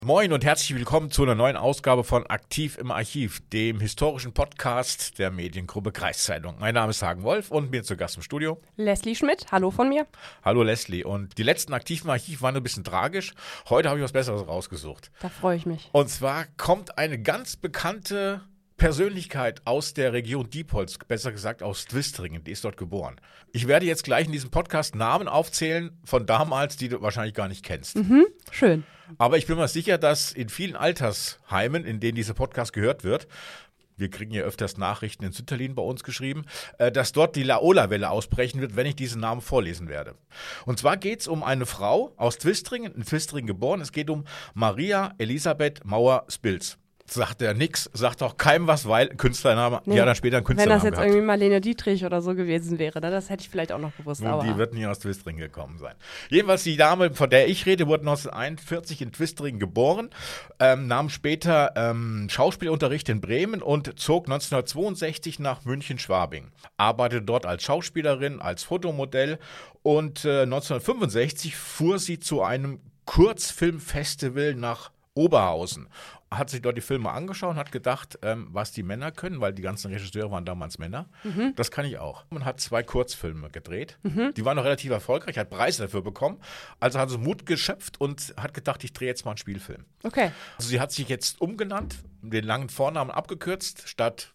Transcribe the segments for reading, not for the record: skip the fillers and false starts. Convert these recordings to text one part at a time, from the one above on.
Moin und herzlich willkommen zu einer neuen Ausgabe von Aktiv im Archiv, dem historischen Podcast der Mediengruppe Kreiszeitung. Mein Name ist Hagen Wolf und mir zu Gast im Studio Leslie Schmidt, hallo von mir. Hallo Leslie. Und die letzten Aktiv im Archiv waren ein bisschen tragisch. Heute habe ich was Besseres rausgesucht. Da freue ich mich. Und zwar kommt eine ganz bekannte Persönlichkeit aus der Region Diepholz, besser gesagt aus Twistringen, die ist dort geboren. Ich werde jetzt gleich in diesem Podcast Namen aufzählen von damals, die du wahrscheinlich gar nicht kennst. Schön. Aber ich bin mir sicher, dass in vielen Altersheimen, in denen dieser Podcast gehört wird, wir kriegen ja öfters Nachrichten in Sütterlin bei uns geschrieben, dass dort die Laola-Welle ausbrechen wird, wenn ich diesen Namen vorlesen werde. Und zwar geht es um eine Frau aus Twistringen, in Twistringen geboren. Es geht um Maria Elisabeth Mauer-Spilz. Sagt er nix, sagt auch keinem was, weil Künstlername, Nee. die hat dann später einen Wenn Künstlernamen das jetzt gehabt. irgendwie Marlene Dietrich oder so gewesen wäre, ne? Das hätte ich vielleicht auch noch gewusst. Nun, Aber die wird nie aus Twistringen gekommen sein. Jedenfalls die Dame, von der ich rede, wurde 1941 in Twistringen geboren, nahm später Schauspielunterricht in Bremen und zog 1962 nach München-Schwabing. Arbeitete dort als Schauspielerin, als Fotomodell und 1965 fuhr sie zu einem Kurzfilmfestival nach Oberhausen. Hat sich dort die Filme angeschaut und hat gedacht, was die Männer können, weil die ganzen Regisseure waren damals Männer. Das kann ich auch. Man hat 2 Kurzfilme gedreht. Die waren noch relativ erfolgreich, hat Preise dafür bekommen. Also hat sie Mut geschöpft und hat gedacht, ich drehe jetzt mal einen Spielfilm. okay. Also sie hat sich jetzt umgenannt, den langen Vornamen abgekürzt, statt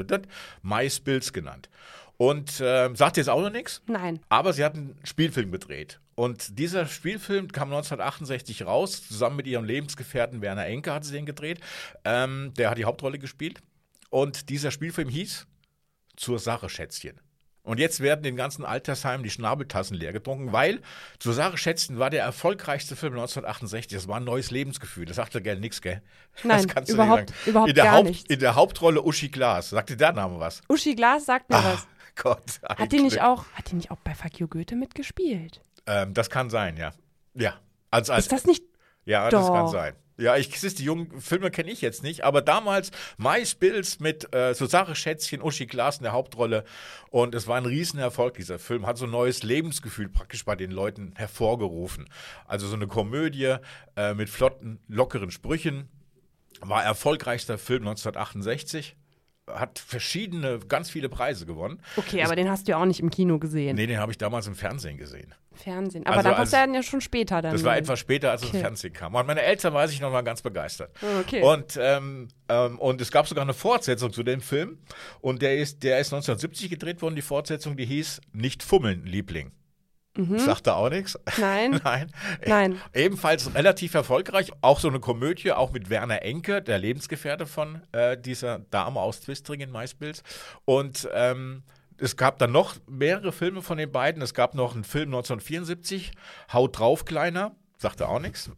Mai-Spilz genannt. Und sagt jetzt auch noch nichts. Nein. Aber sie hat einen Spielfilm gedreht. Und dieser Spielfilm kam 1968 raus, zusammen mit ihrem Lebensgefährten Werner Enke hat sie den gedreht. Der hat die Hauptrolle gespielt. Und dieser Spielfilm hieß Zur Sache, Schätzchen. Und jetzt werden in den ganzen Altersheimen die Schnabeltassen leer getrunken, weil Zur Sache, Schätzchen war der erfolgreichste Film 1968. Das war ein neues Lebensgefühl. Das sagte gell nix, gell? Nein, das kannst du überhaupt nicht sagen. gar nichts. In der Hauptrolle Uschi Glas. Sagt dir der Name was? Uschi Glas sagt mir was. Gott, Hat die nicht auch bei Fuck You Goethe mitgespielt? das kann sein, ja. Ja. Als, Ist das nicht? Ja, Doch. das kann sein. Ja, die jungen Filme kenne ich jetzt nicht, aber damals Mai-Spilz mit So Sache Schätzchen, Uschi Glas in der Hauptrolle und es war ein Riesenerfolg, dieser Film, hat so ein neues Lebensgefühl praktisch bei den Leuten hervorgerufen. Also so eine Komödie mit flotten, lockeren Sprüchen, war erfolgreichster Film 1968. Hat ganz viele Preise gewonnen. Okay, aber den hast du ja auch nicht im Kino gesehen. Nee, den habe ich damals im Fernsehen gesehen. Fernsehen. Aber Also da warst du dann ja schon später dann. Das war etwas später, als es im Okay. Fernsehen kam. Und meine Eltern war ich noch mal ganz begeistert. Okay. Und es gab sogar eine Fortsetzung zu dem Film. Und der ist 1970 gedreht worden, die Fortsetzung, die hieß Nicht fummeln, Liebling. Sagt da auch nichts? Nein. Nein. Ebenfalls relativ erfolgreich. Auch so eine Komödie, auch mit Werner Enke, der Lebensgefährte von dieser Dame aus Twistringen, Mai-Spilz. Und es gab dann noch mehrere Filme von den beiden. Es gab noch einen Film 1974, Haut drauf, Kleiner. Sagte auch nichts.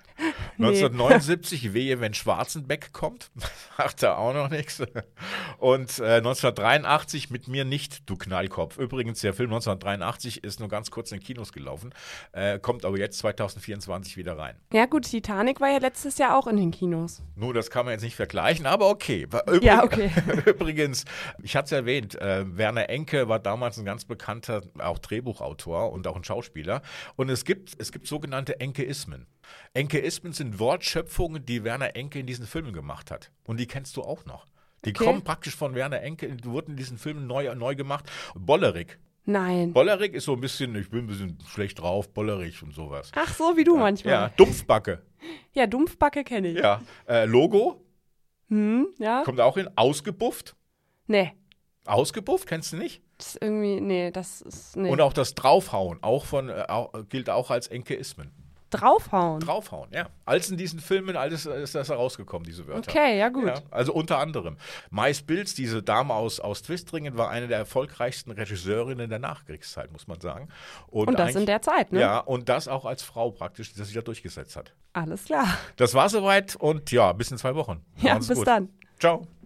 1979, Wehe, wenn Schwarzenbeck kommt. Sagte auch noch nichts. Und 1983, Mit mir nicht, du Knallkopf. Übrigens, der Film 1983 ist nur ganz kurz in den Kinos gelaufen, kommt aber jetzt 2024 wieder rein. Ja gut, Titanic war ja letztes Jahr auch in den Kinos. Nun, das kann man jetzt nicht vergleichen, aber okay. Ja, okay. Übrigens, ich hatte es erwähnt, Werner Enke war damals ein ganz bekannter auch Drehbuchautor und auch ein Schauspieler. Und es gibt sogenannte Enkeismen. Enkeismen sind Wortschöpfungen, die Werner Enke in diesen Filmen gemacht hat. Und die kennst du auch noch. Die Okay. kommen praktisch von Werner Enke, die wurden in diesen Filmen neu gemacht. Bollerig. Nein. Bollerig ist so ein bisschen, ich bin ein bisschen schlecht drauf, bollerig und sowas. Ach so, wie du manchmal. Ja, Dumpfbacke. Ja, Dumpfbacke kenne ich. Ja, Logo Ja? kommt auch hin. Ausgebufft. Nee. Ausgebufft, kennst du nicht? Das ist irgendwie, nee. Und auch das Draufhauen, gilt auch als Enkeismen. Draufhauen. Draufhauen, ja. Als in diesen Filmen, alles ist das herausgekommen, diese Wörter. Okay, ja gut. Ja, also unter anderem. Mai-Spilz, diese Dame aus Twistringen, war eine der erfolgreichsten Regisseurinnen der Nachkriegszeit, muss man sagen. Und das in der Zeit, ne? Ja, und das auch als Frau praktisch, die das sich da durchgesetzt hat. Alles klar. Das war soweit und ja, bis in 2 Wochen. Ja, Machen's bis gut. dann. Ciao.